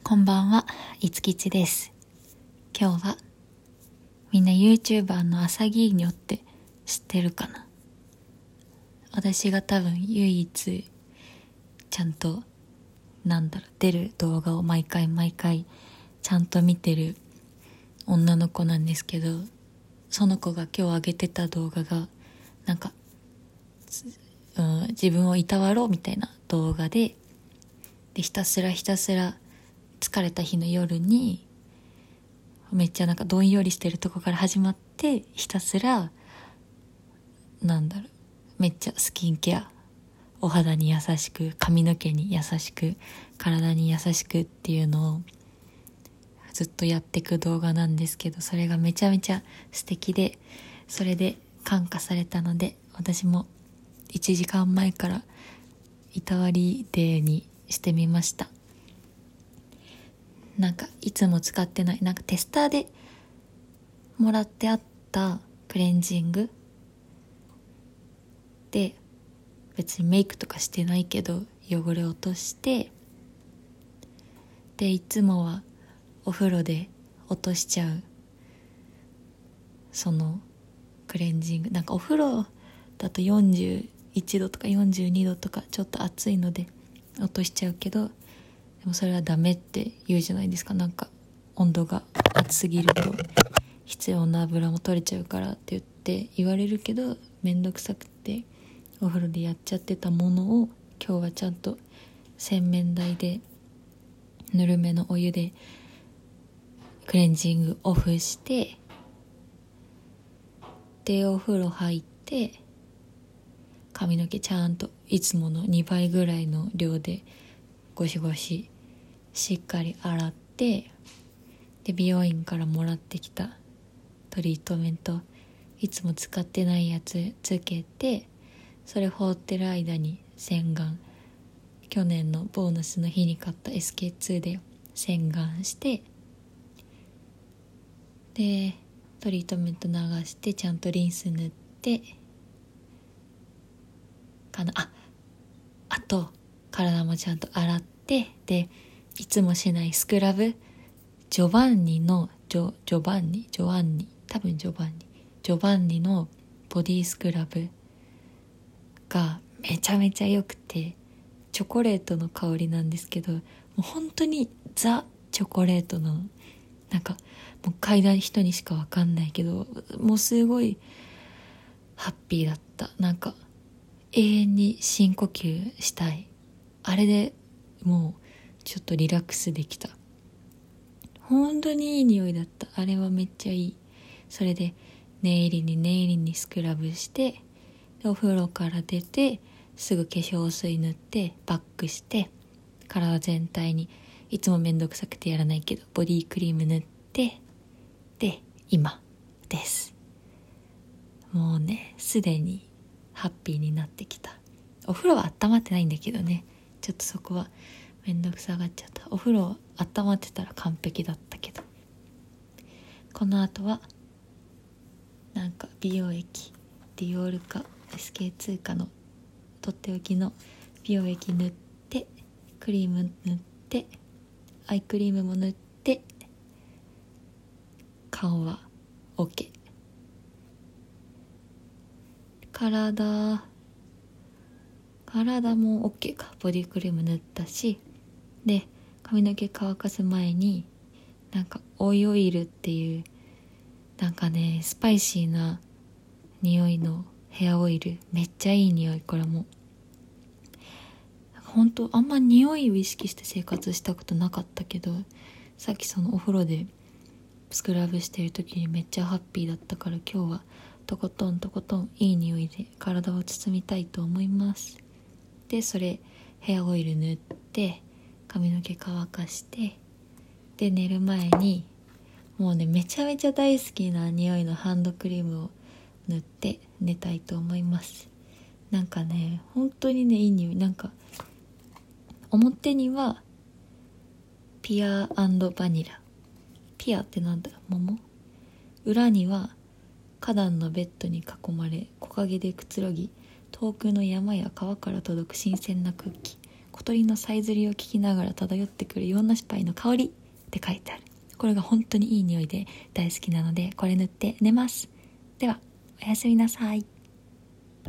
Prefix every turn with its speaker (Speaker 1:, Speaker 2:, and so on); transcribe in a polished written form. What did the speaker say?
Speaker 1: こんばんは、いつきちです。今日はみんな YouTuber のアサギーニョって知ってるかな？私が多分唯一ちゃんと出る動画を毎回ちゃんと見てる女の子なんですけど、その子が今日上げてた動画が自分をいたわろうみたいな動画でひたすら疲れた日の夜にめっちゃどんよりしてるとこから始まって、ひたすらめっちゃスキンケア、お肌に優しく、髪の毛に優しく、体に優しくっていうのをずっとやっていく動画なんですけど、それがめちゃめちゃ素敵で、それで感化されたので、私も1時間前からいたわりデーにしてみました。いつも使ってないテスターでもらってあったクレンジングで、別にメイクとかしてないけど汚れ落として、でいつもはお風呂で落としちゃうそのクレンジング、お風呂だと41度とか42度とかちょっと暑いので落としちゃうけど、でもそれはダメって言うじゃないですか。温度が暑すぎると必要な油も取れちゃうからって言われるけど、めんどくさくてお風呂でやっちゃってたものを、今日はちゃんと洗面台でぬるめのお湯でクレンジングオフして、でお風呂入って髪の毛ちゃんといつもの2倍ぐらいの量でゴシゴシしっかり洗って、で美容院からもらってきたトリートメント、いつも使ってないやつつけて、それ放ってる間に洗顔、去年のボーナスの日に買った SK2 で洗顔して、でトリートメント流してちゃんとリンス塗ってあと体もちゃんと洗って、でいつもしないスクラブ、ジョバンニのボディスクラブがめちゃめちゃ良くて、チョコレートの香りなんですけど、もう本当にザ・チョコレートのもう嗅いだ人にしか分かんないけど、もうすごいハッピーだった。永遠に深呼吸したい。あれでもうちょっとリラックスできた。本当にいい匂いだった。あれはめっちゃいい。それで念入りにスクラブして、でお風呂から出てすぐ化粧水塗ってバックして、体全体にいつもめんどくさくてやらないけどボディクリーム塗って、で今です。もうね、すでにハッピーになってきた。お風呂は温まってないんだけどね、ちょっとそこはめんどくさがっちゃった。お風呂温まってたら完璧だったけど、この後は美容液、ディオールか SK2 かのとっておきの美容液塗って、クリーム塗って、アイクリームも塗って、顔は OK。 体も OK か。ボディクリーム塗ったし、で髪の毛乾かす前にオイルっていうスパイシーな匂いのヘアオイル、めっちゃいい匂い。これも本当あんま匂いを意識して生活したことなかったけど、さっきそのお風呂でスクラブしてる時にめっちゃハッピーだったから、今日はとことんいい匂いで体を包みたいと思います。でそれヘアオイル塗って髪の毛乾かして、で寝る前にもうね、めちゃめちゃ大好きな匂いのハンドクリームを塗って寝たいと思います。本当にね、いい匂い。表にはピア&バニラ、ピアって桃、裏には花壇のベッドに囲まれ木陰でくつろぎ、遠くの山や川から届く新鮮な空気、 小鳥のさえずりを聞きながら漂ってくる洋梨パイの香りって書いてある。これが本当にいい匂いで大好きなので、これ塗って寝ます。ではおやすみなさい。